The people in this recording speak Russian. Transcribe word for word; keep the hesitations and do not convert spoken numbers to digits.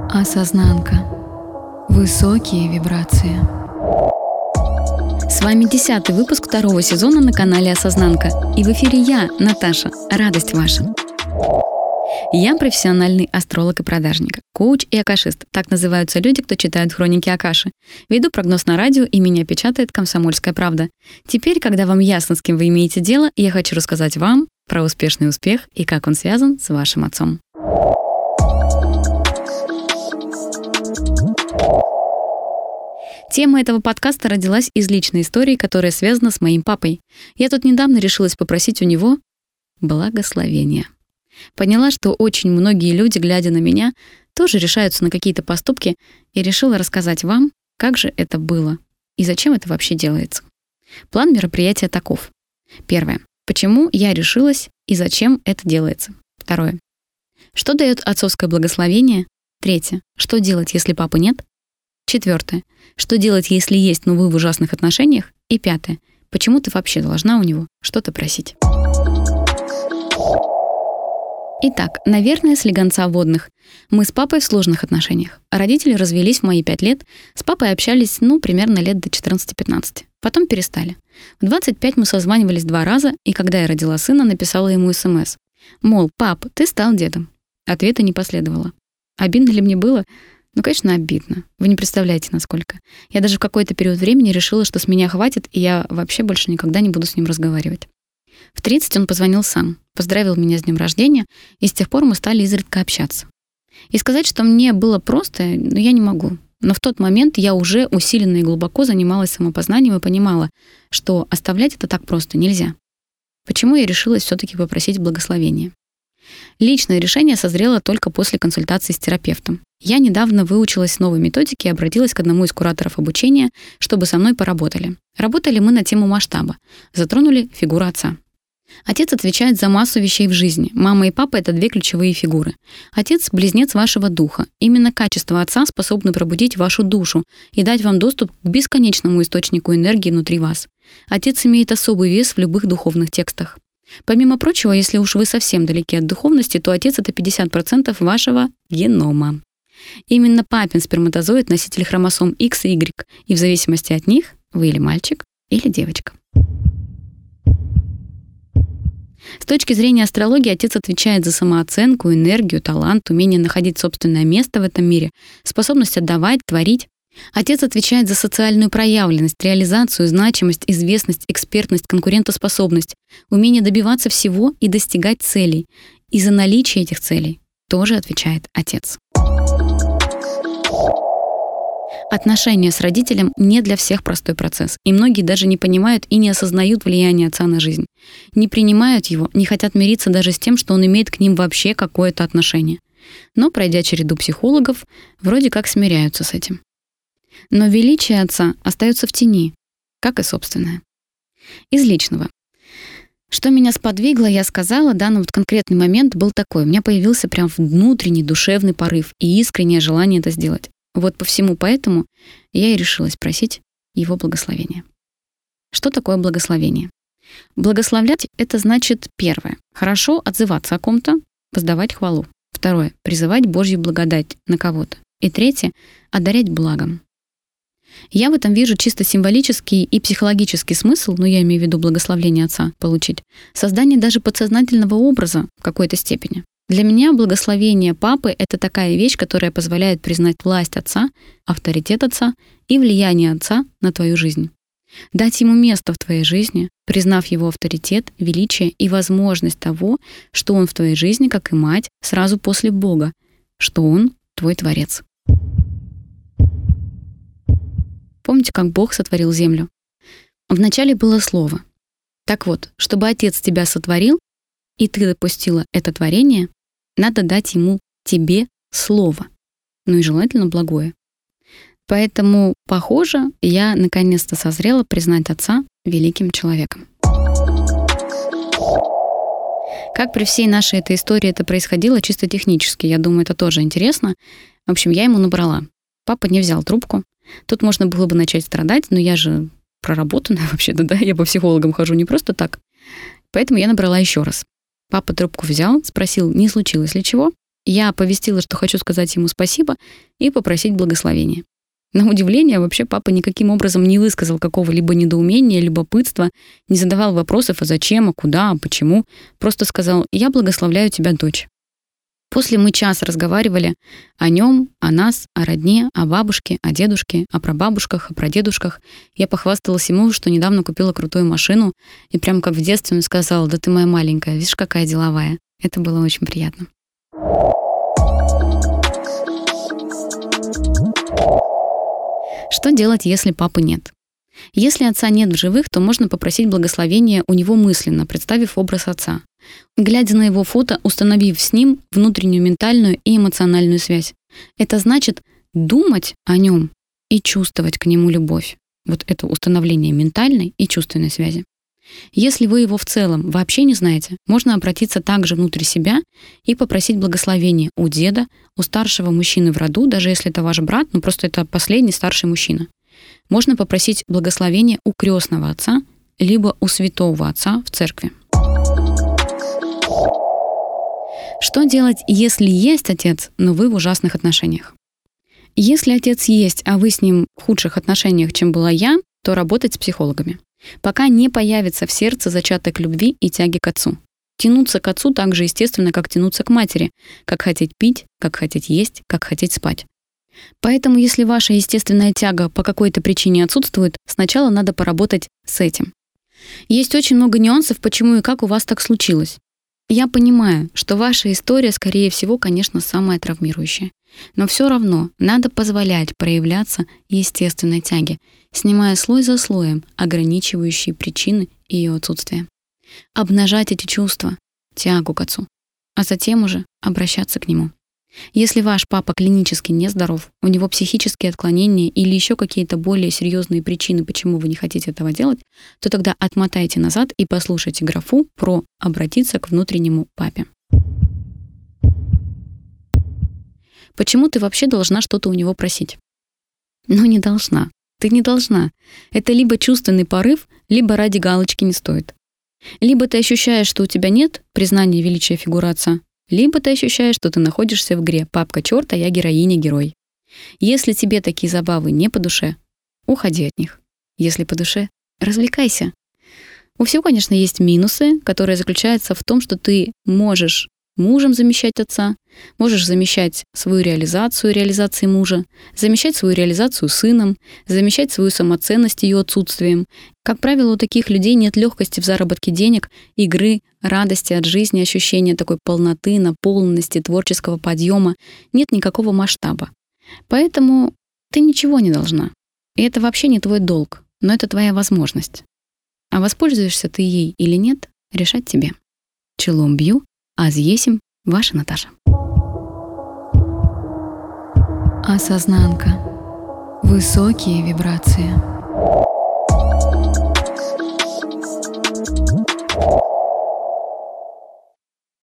Осознанка. Высокие вибрации. С вами десятый выпуск второго сезона на канале Осознанка. И в эфире я, Наташа, радость ваша. Я профессиональный астролог и продажник, коуч и акашист. Так называются люди, кто читают хроники Акаши. Веду прогноз на радио, и меня печатает «Комсомольская правда». Теперь, когда вам ясно, с кем вы имеете дело, я хочу рассказать вам про успешный успех и как он связан с вашим отцом. Тема этого подкаста родилась из личной истории, которая связана с моим папой. Я тут недавно решилась попросить у него благословения. Поняла, что очень многие люди, глядя на меня, тоже решаются на какие-то поступки, и решила рассказать вам, как же это было и зачем это вообще делается. План мероприятия таков. Первое. Почему я решилась и зачем это делается? Второе. Что дает отцовское благословение? Третье. Что делать, если папы нет? Четвертое. Что делать, если есть, но вы в ужасных отношениях? И пятое. Почему ты вообще должна у него что-то просить? Итак, наверное, слегонца водных. Мы с папой в сложных отношениях. Родители развелись в мои пять лет. С папой общались, ну, примерно лет до четырнадцати-пятнадцати. Потом перестали. В двадцать пять мы созванивались два раза, и когда я родила сына, написала ему смс. Мол, пап, ты стал дедом. Ответа не последовало. Обидно ли мне было? Ну, конечно, обидно. Вы не представляете, насколько. Я даже в какой-то период времени решила, что с меня хватит, и я вообще больше никогда не буду с ним разговаривать. В тридцать он позвонил сам, поздравил меня с днем рождения, и с тех пор мы стали изредка общаться. И сказать, что мне было просто, ну, я не могу. Но в тот момент я уже усиленно и глубоко занималась самопознанием и понимала, что оставлять это так просто нельзя. Почему я решилась все-таки попросить благословения? Личное решение созрело только после консультации с терапевтом. Я недавно выучилась новой методике и обратилась к одному из кураторов обучения, чтобы со мной поработали. Работали мы на тему масштаба. Затронули фигуру отца. Отец отвечает за массу вещей в жизни. Мама и папа — это две ключевые фигуры. Отец — близнец вашего духа. Именно качество отца способны пробудить вашу душу и дать вам доступ к бесконечному источнику энергии внутри вас. Отец имеет особый вес в любых духовных текстах. Помимо прочего, если уж вы совсем далеки от духовности, то отец — это пятьдесят процентов вашего генома. Именно папин сперматозоид — носитель хромосом X и Y, и в зависимости от них вы или мальчик, или девочка. С точки зрения астрологии отец отвечает за самооценку, энергию, талант, умение находить собственное место в этом мире, способность отдавать, творить. Отец отвечает за социальную проявленность, реализацию, значимость, известность, экспертность, конкурентоспособность, умение добиваться всего и достигать целей. И за наличие этих целей тоже отвечает отец. Отношения с родителем не для всех простой процесс, и многие даже не понимают и не осознают влияние отца на жизнь. Не принимают его, не хотят мириться даже с тем, что он имеет к ним вообще какое-то отношение. Но, пройдя череду психологов, вроде как смиряются с этим. Но величие отца остается в тени, как и собственное. Из личного. Что меня сподвигло, я сказала, да, но вот конкретный момент был такой. У меня появился прям внутренний душевный порыв и искреннее желание это сделать. Вот по всему поэтому я и решилась просить его благословения. Что такое благословение? Благословлять — это значит, первое, хорошо отзываться о ком-то, воздавать хвалу. Второе, призывать Божью благодать на кого-то. И третье, одарять благом. Я в этом вижу чисто символический и психологический смысл, но я имею в виду благословление отца получить, создание даже подсознательного образа в какой-то степени. Для меня благословение папы — это такая вещь, которая позволяет признать власть отца, авторитет отца и влияние отца на твою жизнь. Дать ему место в твоей жизни, признав его авторитет, величие и возможность того, что он в твоей жизни, как и мать, сразу после Бога, что он твой творец. Помните, как Бог сотворил землю? Вначале было слово. Так вот, чтобы отец тебя сотворил, и ты допустила это творение, надо дать ему, тебе, слово. Ну и желательно благое. Поэтому, похоже, я наконец-то созрела признать отца великим человеком. Как при всей нашей этой истории это происходило чисто технически, я думаю, это тоже интересно. В общем, я ему набрала. Папа не взял трубку. Тут можно было бы начать страдать, но я же проработанная вообще-то, да, я по психологам хожу не просто так. Поэтому я набрала еще раз. Папа трубку взял, спросил, не случилось ли чего. Я оповестила, что хочу сказать ему спасибо и попросить благословения. На удивление, вообще папа никаким образом не высказал какого-либо недоумения, любопытства, не задавал вопросов, а зачем, а куда, а почему. Просто сказал: «Я благословляю тебя, дочь». После мы час разговаривали о нем, о нас, о родне, о бабушке, о дедушке, о прабабушках, о прадедушках. Я похвасталась ему, что недавно купила крутую машину, и прям как в детстве он сказал: «Да ты моя маленькая, видишь, какая деловая». Это было очень приятно. Что делать, если папы нет? Если отца нет в живых, то можно попросить благословения у него мысленно, представив образ отца. Глядя на его фото, установив с ним внутреннюю ментальную и эмоциональную связь. Это значит думать о нем и чувствовать к нему любовь. Вот это установление ментальной и чувственной связи. Если вы его в целом вообще не знаете, можно обратиться также внутрь себя и попросить благословения у деда, у старшего мужчины в роду, даже если это ваш брат, но просто это последний старший мужчина. Можно попросить благословения у крестного отца, либо у святого отца в церкви. Что делать, если есть отец, но вы в ужасных отношениях? Если отец есть, а вы с ним в худших отношениях, чем была я, то работать с психологами. Пока не появится в сердце зачаток любви и тяги к отцу. Тянуться к отцу так же естественно, как тянуться к матери, как хотеть пить, как хотеть есть, как хотеть спать. Поэтому, если ваша естественная тяга по какой-то причине отсутствует, сначала надо поработать с этим. Есть очень много нюансов, почему и как у вас так случилось. Я понимаю, что ваша история, скорее всего, конечно, самая травмирующая. Но все равно надо позволять проявляться естественной тяге, снимая слой за слоем ограничивающие причины ее отсутствия. Обнажать эти чувства, тягу к отцу, а затем уже обращаться к нему. Если ваш папа клинически нездоров, у него психические отклонения или еще какие-то более серьезные причины, почему вы не хотите этого делать, то тогда отмотайте назад и послушайте графу про «обратиться к внутреннему папе». Почему ты вообще должна что-то у него просить? Ну, не должна. Ты не должна. Это либо чувственный порыв, либо ради галочки не стоит. Либо ты ощущаешь, что у тебя нет признания величия фигуры отца, либо ты ощущаешь, что ты находишься в игре «папка чёрт, а я героиня-герой». Если тебе такие забавы не по душе, уходи от них. Если по душе, развлекайся. У всего, конечно, есть минусы, которые заключаются в том, что ты можешь мужем замещать отца, можешь замещать свою реализацию реализацией мужа, замещать свою реализацию сыном, замещать свою самоценность ее отсутствием. Как правило, у таких людей нет легкости в заработке денег, игры, радости от жизни, ощущения такой полноты, наполненности, творческого подъема. Нет никакого масштаба. Поэтому ты ничего не должна. И это вообще не твой долг, но это твоя возможность. А воспользуешься ты ей или нет, решать тебе. Челом бью, аз есим, ваша Наташа. Осознанка. Высокие вибрации.